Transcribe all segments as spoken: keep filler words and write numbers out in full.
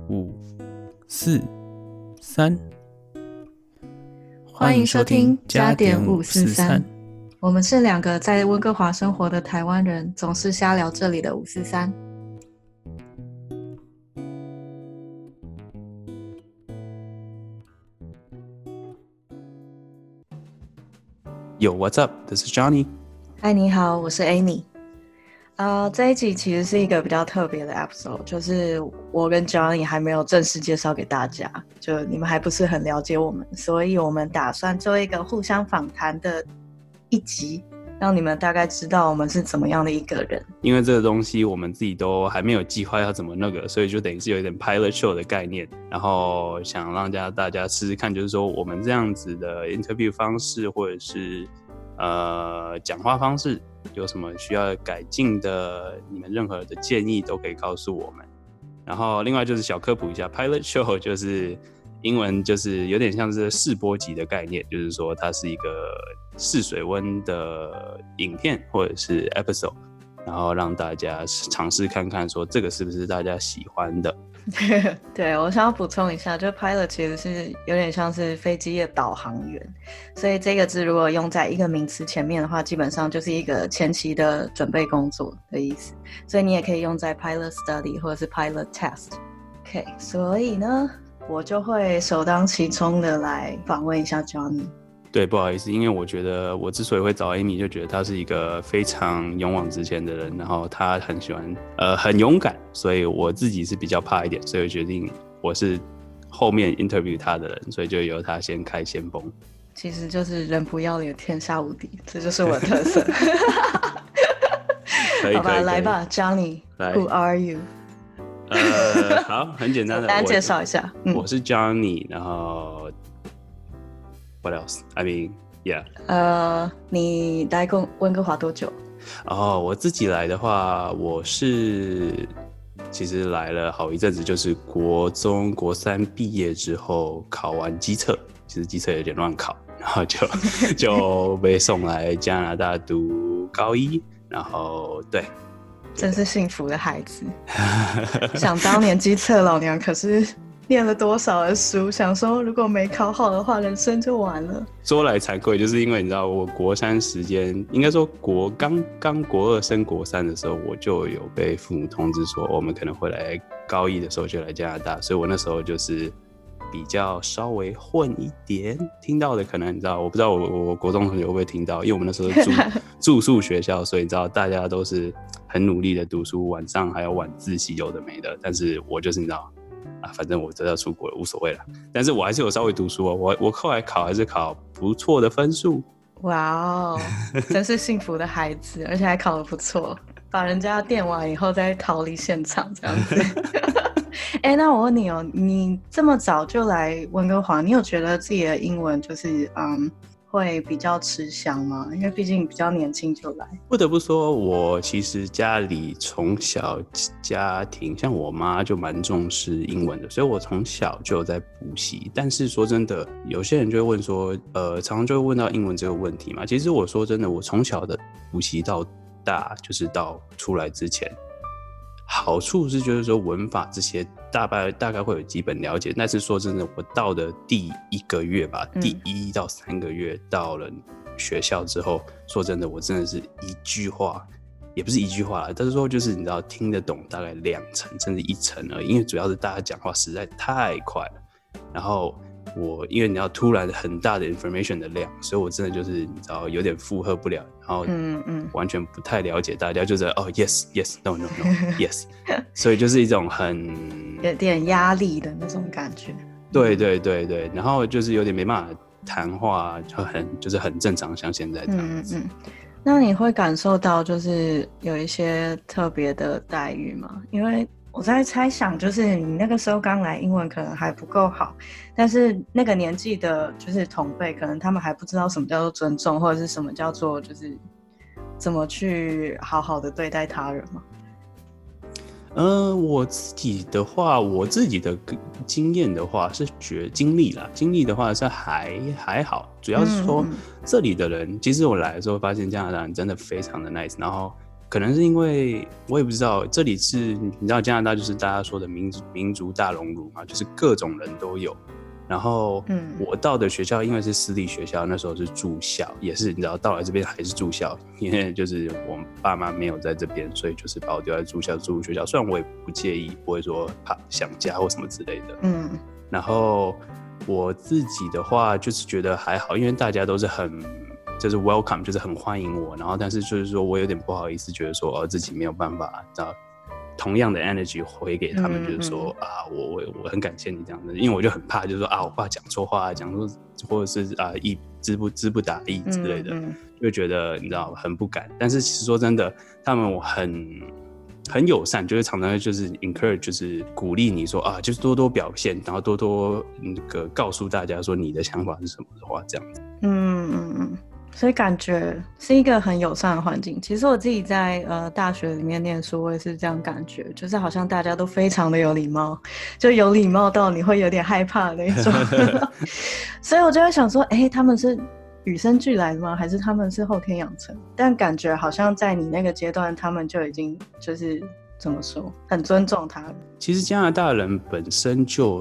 五、四、三， 欢迎收听加点五四三。我们是两个在温哥华生活的台湾人，总是瞎聊这里的五四三。 Yo, what's up? This is Johnny. 嗨，你好，我是 Amy。呃，这一集其实是一个比较特别的 episode， 就是我跟 Johnny 还没有正式介绍给大家，就你们还不是很了解我们，所以我们打算做一个互相访谈的一集，让你们大概知道我们是怎么样的一个人。 因为这个东西我们自己都还没有计划要怎么那个，所以就等于是有一点 pilot show 的概念，然后想让大家试试看，就是说我们这样子的 interview 方式或者是呃讲话方式有什么需要改进的，你们任何的建议都可以告诉我们。然后另外就是小科普一下 pilot show 就是英文就是有点像是试播集的概念，就是说它是一个试水温的影片或者是 episode， 然后让大家尝试看看说这个是不是大家喜欢的。 对，我想要补充一下，就 pilot 其实是有点像是飞机的导航员，所以这个字如果用在一个名词前面的话，基本上就是一个前期的准备工作的意思，所以你也可以用在 pilot study 或者是 pilot test。OK， 所以呢，我就会首当其冲的来访问一下 Johnny。 对，不好意思，因为我觉得我之所以会找 Amy， 就觉得她是一个非常勇往直前的人，然后她很喜欢，呃，很勇敢，所以我自己是比较怕一点，所以我决定我是后面 interview 她的人，所以就由她先开先锋。 其实就是人不要脸，天下无敌，这就是我的特色。 可以， 好吧， 可以来吧 ，Johnny，Who are you？ 呃，好，很简单的， 简单介绍一下， 我, 我是 Johnny， 然后。What else? I mean, yeah. 呃，你来温哥华多久？ 哦，我自己来的话，我是其实来了好一阵子，就是国中国三毕业之后考完基测，其实基测有点乱考，然后就就被送来加拿大读高一，然后对， 真是幸福的孩子。想当年基测老娘可是念了多少的书，想说如果没考好的话，人生就完了。 说来惭愧，就是因为你知道，我国三时间，应该说国刚刚国二升国三的时候，我就有被父母通知说，我们可能会来高一的时候就来加拿大，所以我那时候就是比较稍微混一点。听到的可能你知道，我不知道我我国中同学会不会听到，因为我们那时候住住宿学校，所以你知道大家都是很努力的读书，晚上还有晚自习有的没的，但是我就是你知道。啊，反正我都要出国了，无所谓了。但是我还是有稍微读书哦，我我后来考还是考不错的分数。 哇哦，真是幸福的孩子，而且还考得不错，把人家电完以后再逃离现场这样子。哎、欸，那我问你哦，你这么早就来温哥华，你有觉得自己的英文就是嗯会比较吃香吗？因为毕竟比较年轻就来。 不得不说，我其实家里从小家庭，像我妈就蛮重视英文的，所以我从小就有在补习。但是说真的，有些人就会问说，呃，常常就会问到英文这个问题嘛。其实我说真的，我从小的补习到大，就是到出来之前。好处是就是说文法这些大概大概会有基本了解，但是说真的，我到的第一个月吧，嗯、第一到三个月到了学校之后，说真的，我真的是一句话，也不是一句话啦，但是说就是你知道听得懂大概两成甚至一成而已，因为主要是大家讲话实在太快了，然后。我因为你要突然很大的 information 的量，所以我真的就是你知道有点负荷不了，然后完全不太了解大家，就是哦 yes yes no no no yes， 所以就是一种很有点压力的那种感觉。 对对对对，然后就是有点没办法谈话，就很就是很正常，像现在这样子。嗯嗯， 那你会感受到就是有一些特别的待遇吗？因为我在猜想，就是你那个时候刚来，英文可能还不够好，但是那个年纪的，就是同辈，可能他们还不知道什么叫做尊重，或者是什么叫做就是怎么去好好的对待他人嘛。 呃，我自己的话，我自己的经验的话是觉经历啦，经历的话是还还好，主要是说、嗯、这里的人，其实我来的时候发现加拿大人真的非常的 nice， 然后可能是因为我也不知道，这里是你知道加拿大就是大家说的民族民族大熔炉嘛，就是各种人都有。然后我到的学校因为是私立学校，那时候是住校，也是你知道到来这边还是住校，因为就是我爸妈没有在这边，所以就是把我丢在住校住学校。虽然我也不介意，不会说怕想家或什么之类的。嗯，然后我自己的话就是觉得还好，因为大家都是很就是 welcome， 就是很欢迎我。然后但是就是说我有点不好意思，觉得说哦自己没有办法，知道。同样的 energy 回给他们，嗯、就是说啊，我我我很感谢你这样子，因为我就很怕，就是说啊，我怕讲错话，讲错或者是啊意知不知不达意之类的，嗯嗯、就觉得你知道很不敢。但是其实说真的，他们我很很友善，就是常常就是 encourage， 就是鼓励你说啊，就是多多表现，然后多多那个告诉大家说你的想法是什么的话，这样子。嗯嗯嗯。所以感觉是一个很友善的环境。其实我自己在呃大学里面念书，我也是这样感觉，就是好像大家都非常的有礼貌，就有礼貌到你会有点害怕的那种。所以我就会想说，哎、欸，他们是与生俱来的吗？还是他们是后天养成？但感觉好像在你那个阶段，他们就已经就是怎么说，很尊重他。 其实加拿大人本身就是，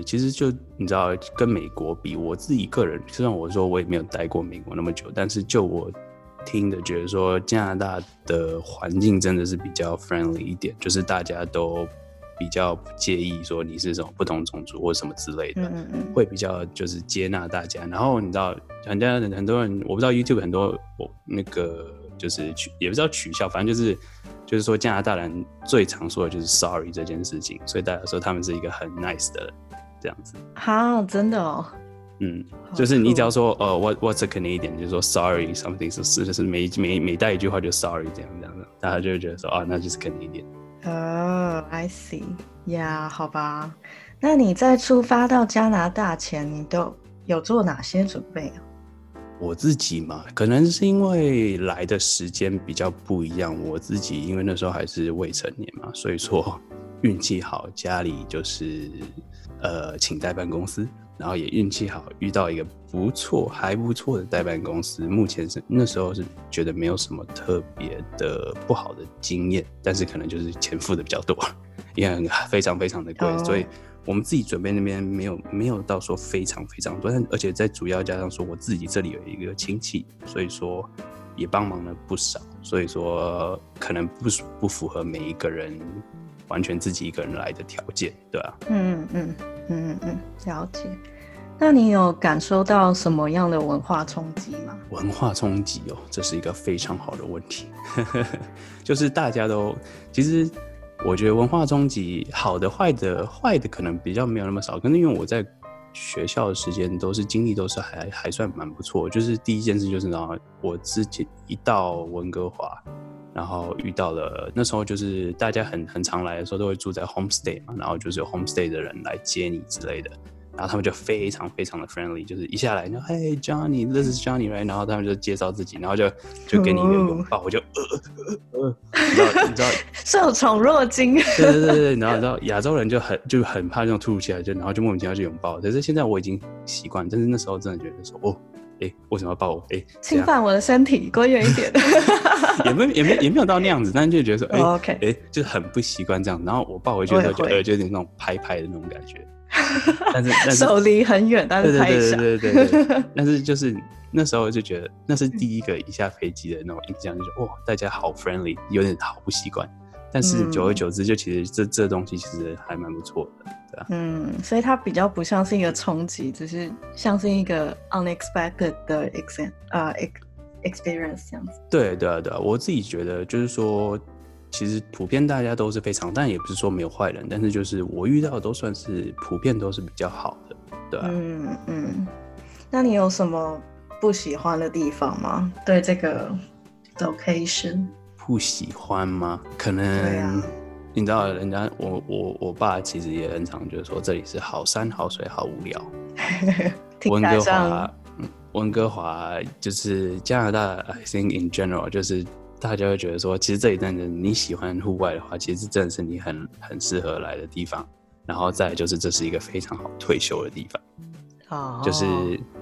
其实就你知道，跟美国比，我自己个人，虽然我说我也没有待过美国那么久，但是就我听的觉得说，加拿大的环境真的是比较 friendly 一点，就是大家都比较不介意说你是什么不同种族或什么之类的，嗯嗯会比较就是接纳大家。然后你知道，很多人很多人，我不知道 YouTube 很多我那个就是取也不知道取笑，反正就是。就是说，加拿大人最常说的就是 sorry 这件事情，所以大家说他们是一个很 nice 的人，这样子。 哈，真的哦。 嗯，就是你只要说呃 what what's a Canadian， 就是说 sorry something， 就是每每每带一句话就 sorry 这样这样的，大家就会觉得说啊，那就是 Canadian。 哦、oh, ，I see， 呀、yeah, 好吧。那你在出发到加拿大前，你都有做哪些准备啊？ 我自己嘛，可能是因为来的时间比较不一样。我自己因为那时候还是未成年嘛，所以说运气好，家里就是呃请代办公司，然后也运气好遇到一个不错还不错的代办公司。目前是那时候是觉得没有什么特别的不好的经验，但是可能就是钱付的比较多，因为非常非常的贵， oh. 所以。我们自己准备那边没有没有到说非常非常多，但而且在主要加上说我自己这里有一个亲戚，所以说也帮忙了不少，所以说可能不不符合每一个人完全自己一个人来的条件，对吧、啊？ 嗯嗯嗯嗯，了解。那你有感受到什么样的文化冲击吗？ 文化冲击哦，这是一个非常好的问题，就是大家都其实。我觉得文化冲击好的坏的坏的可能比较没有那么少，可是因为我在学校的时间都是经历都是还还算蛮不错。就是第一件事就是呢，我之前一到温哥华，然后遇到了那时候就是大家很很常来的时候都会住在 homestay 嘛，然后就是有 homestay 的人来接你之类的。然后他们就非常非常的 friendly， 就是一下来就 Hey Johnny, this is Johnny, right？ 然后他们就介绍自己，然后就就给你一个拥抱，我就呃呃呃，你知道你知道受宠若惊。 对对对对，然后你知道亚洲人就很就很怕这种突如其来，就然后就莫名其妙去拥抱。可是现在我已经习惯，但是那时候真的觉得说哦，哎，为什么要抱我？哎， 侵犯我的身体，滚远一点。 也没也没也没有到那样子，但是就觉得说哎哎、 oh, okay. 就是很不习惯这样。然后我抱回去的时候就呃就有点那种拍拍的那种感觉。但是但是手离很远，但是拍一下， 对对对对对对。但是就是那时候就觉得那是第一个一下飞机的那种印象，就是哇，大家好 friendly， 有点好不习惯。但是久而久之，就其实这这东西其实还蛮不错的，对啊。 嗯，所以它比较不像是一个冲击，只是像是一个 unexpected 的 ex 呃 experience 这样子。 对对啊对啊，我自己觉得就是说。其实普遍大家都是非常，但也不是说没有坏人，但是就是我遇到的都算是普遍都是比较好的，对啊。 嗯嗯，那你有什么不喜欢的地方吗？对这个 location 不喜欢吗？可能对啊， 你知道，人家我我我爸其实也很常觉得说这里是好山好水好无聊。温哥华，温哥华就是加拿大 ，I think in general 就是。大家会觉得说，其实这里真的你喜欢户外的话，其实真的是你很很适合来的地方。然后再来就是这是一个非常好退休的地方，哦、就是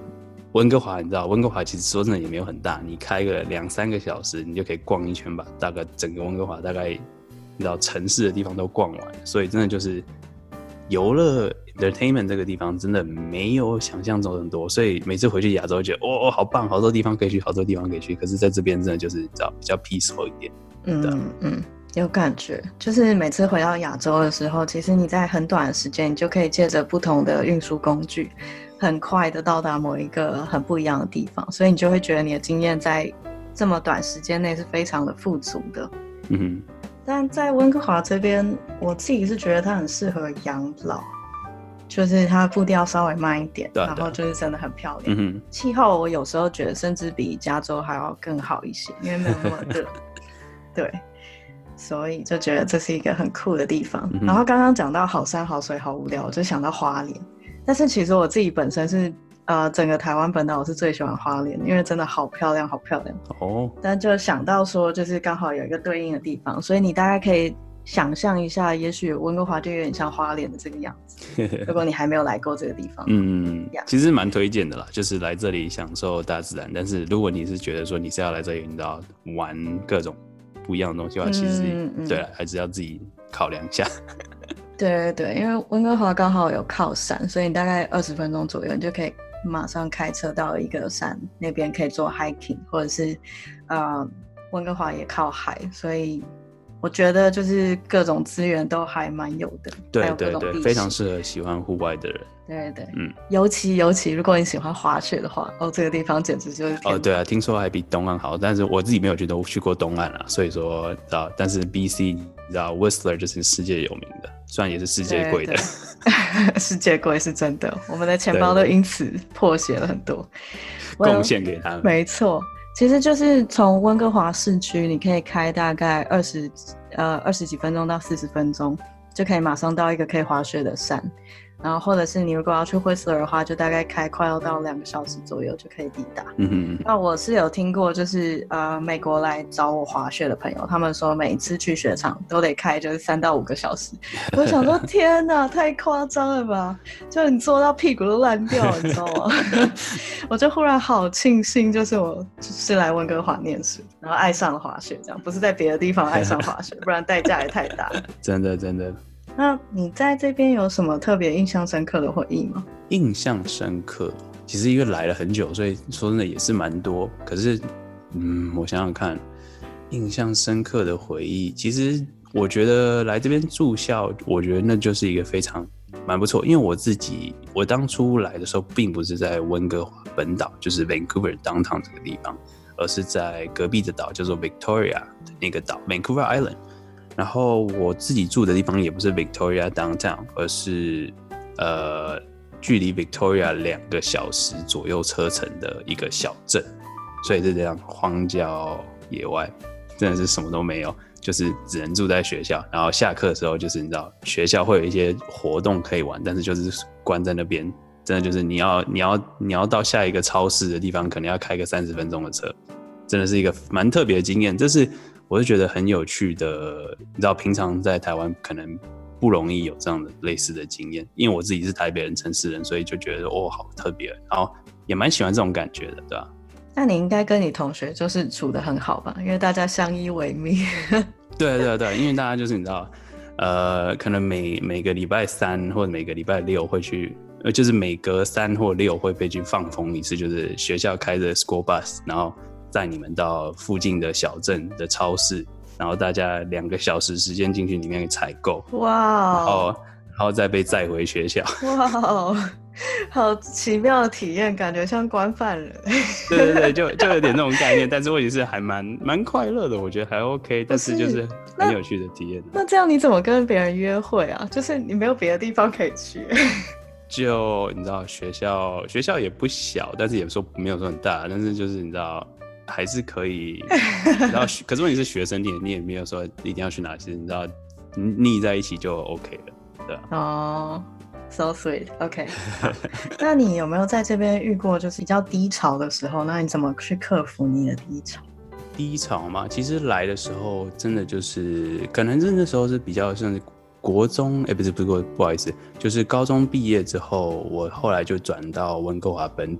温哥华你知道，温哥华其实说真的也没有很大，你开个两三个小时，你就可以逛一圈吧，大概整个温哥华大概你知道城市的地方都逛完，所以真的就是游乐 entertainment 这个地方真的没有想象中很多，所以每次回去亚洲觉得哦好棒，好多地方可以去，好多地方可以去，可是在这边真的就是你知道比较 peaceful 一点。 嗯嗯，有感觉，就是每次回到亚洲的时候，其实你在很短的时间，你就可以借着不同的运输工具，很快的到达某一个很不一样的地方，所以你就会觉得你的经验在这么短时间内是非常的富足的。 嗯哼。 但在温哥华这边，我自己是觉得它很适合养老，就是它步调稍微慢一点， 对啊然后就是真的很漂亮。 嗯哼。 气候我有时候觉得甚至比加州还要更好一些，因为没有那么热。对，所以就觉得这是一个很酷的地方。嗯、然后刚刚讲到好山好水好无聊，我就想到花莲。但是其实我自己本身是呃，整个台湾本岛我是最喜欢花莲，因为真的好漂亮好漂亮哦。但就想到说就是刚好有一个对应的地方，所以你大概可以想象一下，也许温哥华就有点像花莲的这个样子。如果你还没有来过这个地方，嗯， 其实蛮推荐的啦，就是来这里享受大自然。但是如果你是觉得说你是要来这里，你知道玩各种不一样的东西的话，其实、嗯嗯、对了，还是要自己考量一下。 对对对，因为温哥华刚好有靠山，所以你大概二十分钟左右，你就可以马上开车到一个山那边，可以做 hiking， 或者是呃，温哥华也靠海，所以我觉得就是各种资源都还蛮有的。 对对对，非常适合喜欢户外的人。 对对，嗯，尤其尤其如果你喜欢滑雪的话，哦，这个地方简直就是天堂。 哦，对啊，听说还比东岸好，但是我自己没有去都去过东岸啊，所以说知道，但是 B C 你知道 Whistler 就是世界有名的，虽然也是世界贵的。 世界贵是真的，我们的钱包都因此破血了很多， 贡献给他们。 没错，其实就是从温哥华市区，你可以开大概二十呃二十几分钟到四十分钟，就可以马上到一个可以滑雪的山。然后或者是你如果要去 Whistler 的话，就大概开快要到两个小时左右就可以抵达。嗯哼。那我是有听过，就是呃美国来找我滑雪的朋友，他们说每一次去雪场都得开就是三到五个小时。我想说天哪，太夸张了吧！就你坐到屁股都烂掉了，你知道吗？我就忽然好庆幸，就是我是来温哥华念书，然后爱上了滑雪，这样不是在别的地方爱上滑雪，不然代价也太大了。 真的真的。 那你在这边有什么特别印象深刻的回忆吗？ 印象深刻，其实因为来了很久，所以说真的也是蛮多。可是，嗯，我想想看，印象深刻的回忆，其实我觉得来这边住校，我觉得那就是一个非常蛮不错。因为我自己，我当初来的时候，并不是在温哥华本岛，就是 Vancouver downtown 这个地方，而是在隔壁的岛，叫做 Victoria 的那个岛 Vancouver Island。然后我自己住的地方也不是 Victoria Downtown， 而是呃距离 Victoria 两个小时左右车程的一个小镇，所以是这样荒郊野外，真的是什么都没有，就是只能住在学校。然后下课的时候，就是你知道学校会有一些活动可以玩，但是就是关在那边，真的就是你要你要你要到下一个超市的地方，可能要开个三十分钟的车，真的是一个蛮特别的经验。这是我是觉得很有趣的，你知道平常在台湾可能不容易有这样的类似的经验，因为我自己是台北人、城市人，所以就觉得哦好特别，然后也蛮喜欢这种感觉的，对吧？ 那你应该跟你同学就是处得很好吧，因为大家相依为命。 对对对，因为大家就是你知道，呃，可能每每个礼拜三或者每个礼拜六会去，呃，就是每隔三或六会被去放风一次，就是学校开着 school bus， 然后载你们到附近的小镇的超市，然后大家两个小时时间进去里面采购，哇，然后然后再被载回学校， 哇，好奇妙的体验，感觉像关犯人。 对对对，就就有点那种概念，但是问题是还蛮蛮快乐的，我觉得还 OK， 但是就是很有趣的体验。 那这样你怎么跟别人约会啊？就是你没有别的地方可以去。 就你知道学校学校也不小，但是也说没有说很大，但是就是你知道。还是可以，然后可是问题是学生你你也没有说一定要去哪些，你知道腻在一起就 OK 了，对吧？ 哦、oh, ，so sweet，OK、okay. 那你有没有在这边遇过就是比较低潮的时候？那你怎么去克服你的低潮？ 低潮嘛，其实来的时候真的就是可能那时候是比较像是国中，哎、欸，不是不是不好意思，就是高中毕业之后，我后来就转到温哥华本岛。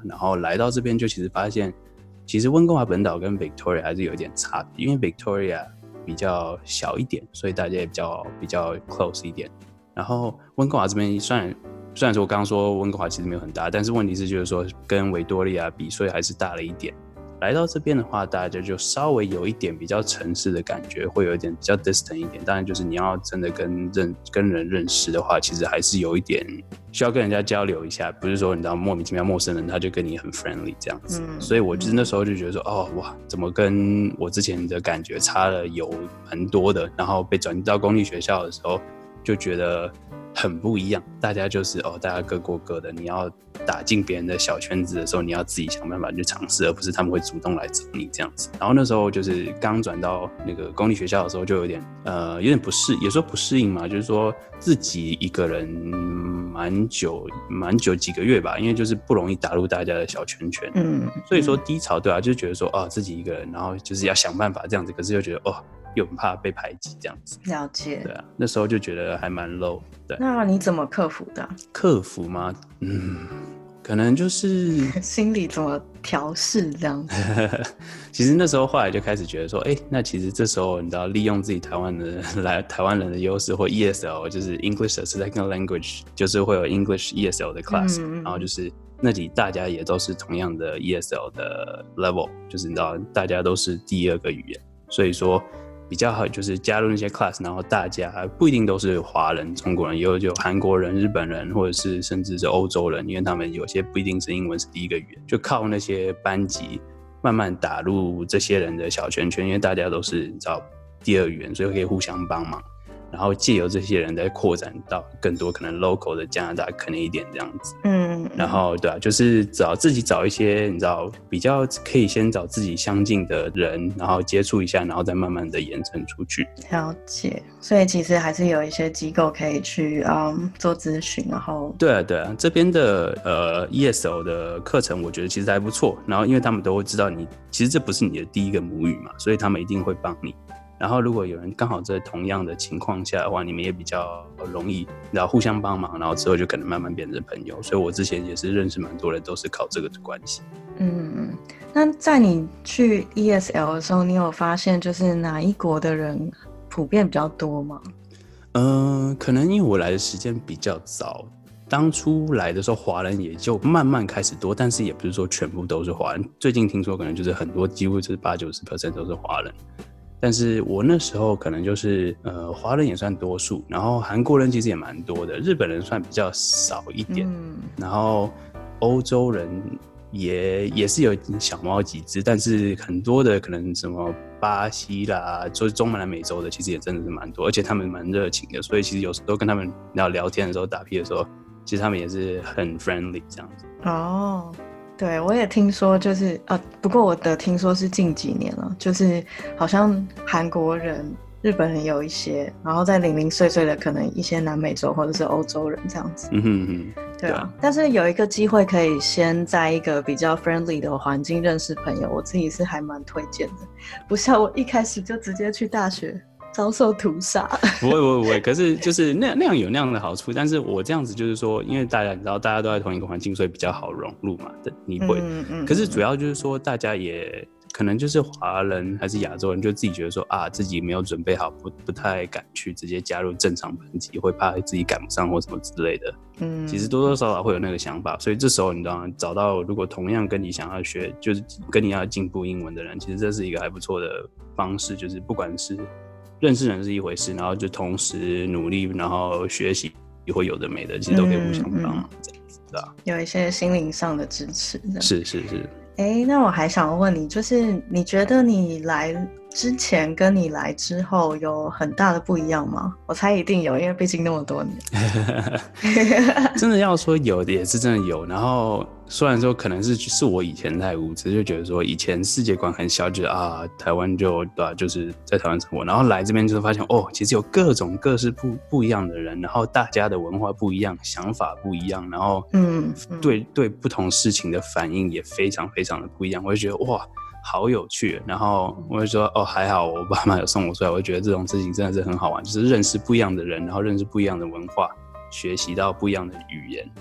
然后来到这边就其实发现，其实温哥华本岛跟 Victoria 还是有一点差别，因为 Victoria 比较小一点，所以大家也比较比较 close 一点。然后温哥华这边虽然虽然说我刚刚说温哥华其实没有很大，但是问题是就是说跟维多利亚比，所以还是大了一点。来到这边的话，大家就稍微有一点比较城市的感觉，会有一点比较 distant 一点。当然，就是你要真的跟认跟人认识的话，其实还是有一点需要跟人家交流一下，不是说你知道莫名其妙陌生人他就跟你很 friendly 这样子。嗯、所以我就是那时候就觉得说，哦哇，怎么跟我之前的感觉差了有蛮多的。然后被转到公立学校的时候，就觉得很不一样，大家就是哦，大家各过各的。你要打进别人的小圈子的时候，你要自己想办法去尝试，而不是他们会主动来找你这样子。然后那时候就是刚转到那个公立学校的时候，就有点呃有点不适，也说不适应嘛，就是说自己一个人蛮久蛮久几个月吧，因为就是不容易打入大家的小圈圈。嗯，所以说低潮对啊，就是觉得说哦自己一个人，然后就是要想办法这样子，可是又觉得哦。又很怕被排挤这样子。 了解。 对啊，那时候就觉得还蛮 low。对。 那你怎么克服的、啊？ 克服吗？嗯，可能就是心里怎么调试这样子。 其实那时候后来就开始觉得说，哎、欸，那其实这时候你知道，利用自己台湾的来台湾人的优势，或 E S L 就是 English as a Second Language， 就是会有 English E S L 的 class，、嗯、然后就是那里大家也都是同样的 E S L 的 level， 就是你知道大家都是第二个语言，所以说。比较好就是加入那些 class， 然后大家不一定都是华人、中国人，也有就韩国人、日本人，或者是甚至是欧洲人，因为他们有些不一定是英文是第一个语言，就靠那些班级慢慢打入这些人的小圈圈，因为大家都是你知道第二语言，所以可以互相帮忙，然后借由这些人再扩展到更多可能 local 的加拿大 Canadian 这样子。嗯，然后对啊，就是找自己找一些你知道比较可以先找自己相近的人，然后接触一下，然后再慢慢的延伸出去。 了解，所以其实还是有一些机构可以去嗯做咨询，然后对啊对啊，这边的呃 E S L 的课程我觉得其实还不错，然后因为他们都会知道你其实这不是你的第一个母语嘛，所以他们一定会帮你。然后如果有人刚好在同样的情况下的话，你们也比较容易然后互相帮忙，然后之后就可能慢慢变成朋友。所以我之前也是认识蛮多人都是靠这个的关系。 嗯，那在你去 E S L 的时候，你有发现就是哪一国的人普遍比较多吗？ 嗯、呃，可能因为我来的时间比较早，当初来的时候华人也就慢慢开始多，但是也不是说全部都是华人。最近听说可能就是很多几乎就是八九十 percent 都是华人。但是我那时候可能就是呃华人也算多数，然后韩国人其实也蛮多的，日本人算比较少一点，嗯、然后欧洲人也也是有小猫几只，但是很多的可能什么巴西啦，就是中南美洲的，其实也真的是蛮多，而且他们蛮热情的，所以其实有时候跟他们聊聊天的时候，打屁的时候，其实他们也是很 friendly 这样子。 哦。对，我也听说，就是呃，不过我的听说是近几年了，就是好像韩国人、日本人有一些，然后在零零碎碎的可能一些南美洲或者是欧洲人这样子。嗯哼哼，对啊。但是有一个机会可以先在一个比较 friendly 的环境认识朋友，我自己是还蛮推荐的，不像我一开始就直接去大学。遭受屠杀。 不会不会不会，可是就是那那样有那样的好处，但是我这样子就是说，因为大家你知道大家都在同一个环境，所以比较好融入嘛，你会、嗯嗯、可是主要就是说大家也可能就是华人还是亚洲人就自己觉得说啊自己没有准备好，不不太敢去直接加入正常班级，会怕自己赶不上或什么之类的，嗯，其实多多少少会有那个想法，所以这时候你知道找到如果同样跟你想要学就是跟你要进步英文的人，其实这是一个还不错的方式，就是不管是认识人是一回事，然后就同时努力，然后学习也会有的没的，其实都可以互相帮忙，这样子，对吧？ 有一些心灵上的支持。 是是是。 哎，那我还想问你，就是你觉得你来之前跟你来之后有很大的不一样吗？我猜一定有，因为毕竟那么多年。 真的要说有的也是真的有，然后虽然说可能是是我以前太无知，就觉得说以前世界观很小，觉得啊台湾就对、啊、就是在台湾生活，然后来这边就发现哦，其实有各种各式不不一样的人，然后大家的文化不一样，想法不一样，然后嗯对嗯对不同事情的反应也非常非常的不一样，我就觉得哇好有趣，然后我就说哦还好我爸妈有送我出来，我就觉得这种事情真的是很好玩，就是认识不一样的人，然后认识不一样的文化，学习到不一样的语言。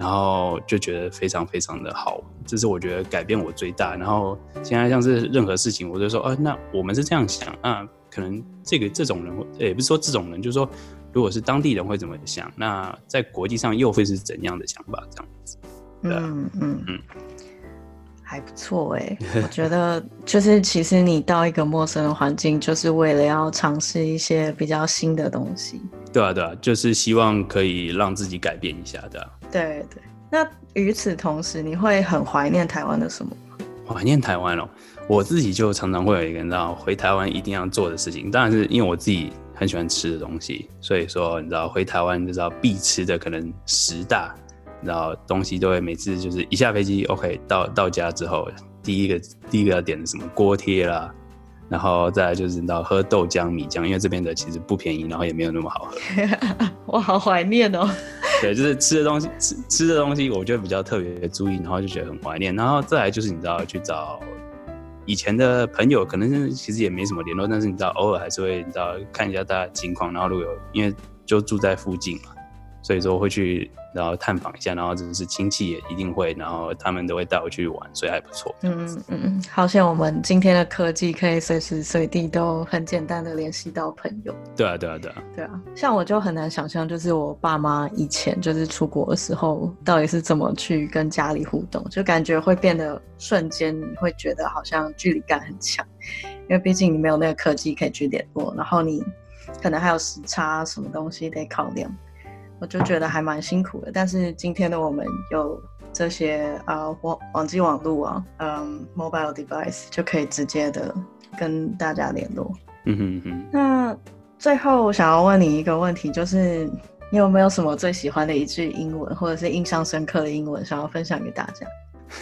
然后就觉得非常非常的好，这是我觉得改变我最大。然后现在像是任何事情，我就说，啊，那我们是这样想，那可能这个这种人，也不是说这种人，就是说，如果是当地人会怎么想，那在国际上又会是怎样的想法，这样子。对啊， 嗯嗯嗯，还不错哎，我觉得就是其实你到一个陌生的环境，就是为了要尝试一些比较新的东西。 对啊，对啊，就是希望可以让自己改变一下，对啊。 对对，那与此同时，你会很怀念台湾的什么吗？ 怀念台湾哦，我自己就常常会有一个你知道回台湾一定要做的事情，当然是因为我自己很喜欢吃的东西，所以说你知道回台湾就知道必吃的可能十大，你知道东西都会每次就是一下飞机 OK 到到家之后，第一个第一个要点的什么锅贴啦，然后再来就是你知道喝豆浆米浆，因为这边的其实不便宜，然后也没有那么好喝。 我好怀念哦。 对，就是吃的东西，吃吃的东西，我就比较特别注意，然后就觉得很怀念。然后再来就是你知道去找以前的朋友，可能是其实也没什么联络，但是你知道偶尔还是会你知道看一下大家的情况，然后如果有因为就住在附近嘛，所以说会去然后探访一下，然后就是亲戚也一定会，然后他们都会带我去玩，所以还不错。 嗯嗯嗯，好像我们今天的科技可以随时随地都很简单的联系到朋友。 对啊，对啊，对啊， 对啊，像我就很难想象，就是我爸妈以前就是出国的时候，到底是怎么去跟家里互动，就感觉会变得瞬间你会觉得好像距离感很强，因为毕竟你没有那个科技可以去联络，然后你可能还有时差什么东西得考量。我就觉得还蛮辛苦的，但是今天的我们有这些呃网网际网路啊，嗯 ，mobile device 就可以直接的跟大家联络。 嗯哼哼。 那最后我想要问你一个问题，就是你有没有什么最喜欢的一句英文，或者是印象深刻的英文，想要分享给大家？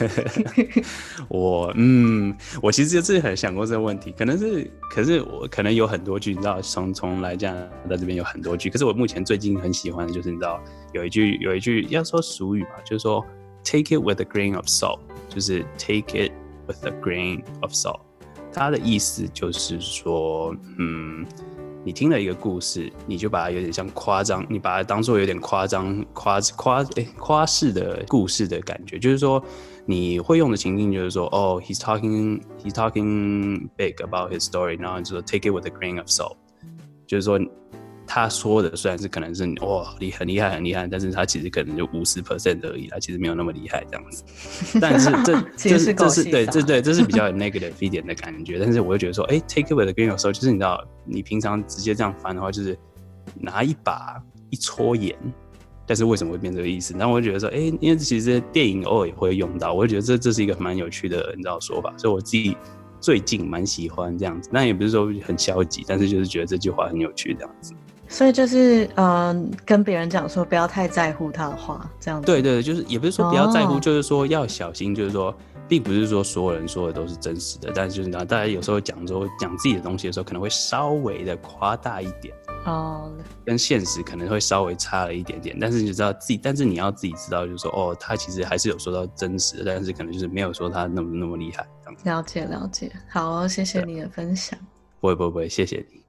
我嗯，我其实自己很想过这个问题，可能是，可是我可能有很多句，你知道，从从来加拿大这边有很多句，可是我目前最近很喜欢的就是你知道有一句有一句要说俗语嘛，就是说 take it with a grain of salt， 就是 take it with a grain of salt， 它的意思就是说，嗯。你听了一个故事，你就把它有点像夸张，你把它当做有点夸张、夸夸诶夸饰的故事的感觉，就是说你会用的情境就是说，哦 ，he's talking he's talking big about his story， 然后就说 take it with a grain of salt， 就是说他说的虽然是可能是哇很厉害很厉害，但是他其实可能就五十 percent 而已，他其实没有那么厉害这样子。但是这其实是这是对这对这是比较 negative 一点的感觉。但是我会觉得说，哎 ，take it with a grain of salt， 就是你知道，你平常直接这样翻的话，就是拿一把一撮盐。但是为什么会变这个意思？然后我就觉得说，哎，因为其实电影偶尔也会用到，我就觉得这这是一个蛮有趣的，你知道说法，所以我自己最近蛮喜欢这样子。但也不是说很消极，但是就是觉得这句话很有趣这样子。 所以就是，嗯、呃，跟别人讲说不要太在乎他的话，这样子。 对对，就是也不是说不要在乎， 哦、 就是说要小心，就是说，并不是说所有人说的都是真实的，但是就是大家有时候讲说讲自己的东西的时候，可能会稍微的夸大一点， 哦， 跟现实可能会稍微差了一点点，但是你知道自己，但是你要自己知道，就是说，哦，他其实还是有说到真实的，但是可能就是没有说他那么那么厉害，这样子。 了解了解，好、哦，谢谢你的分享。 不会不会不会，谢谢你。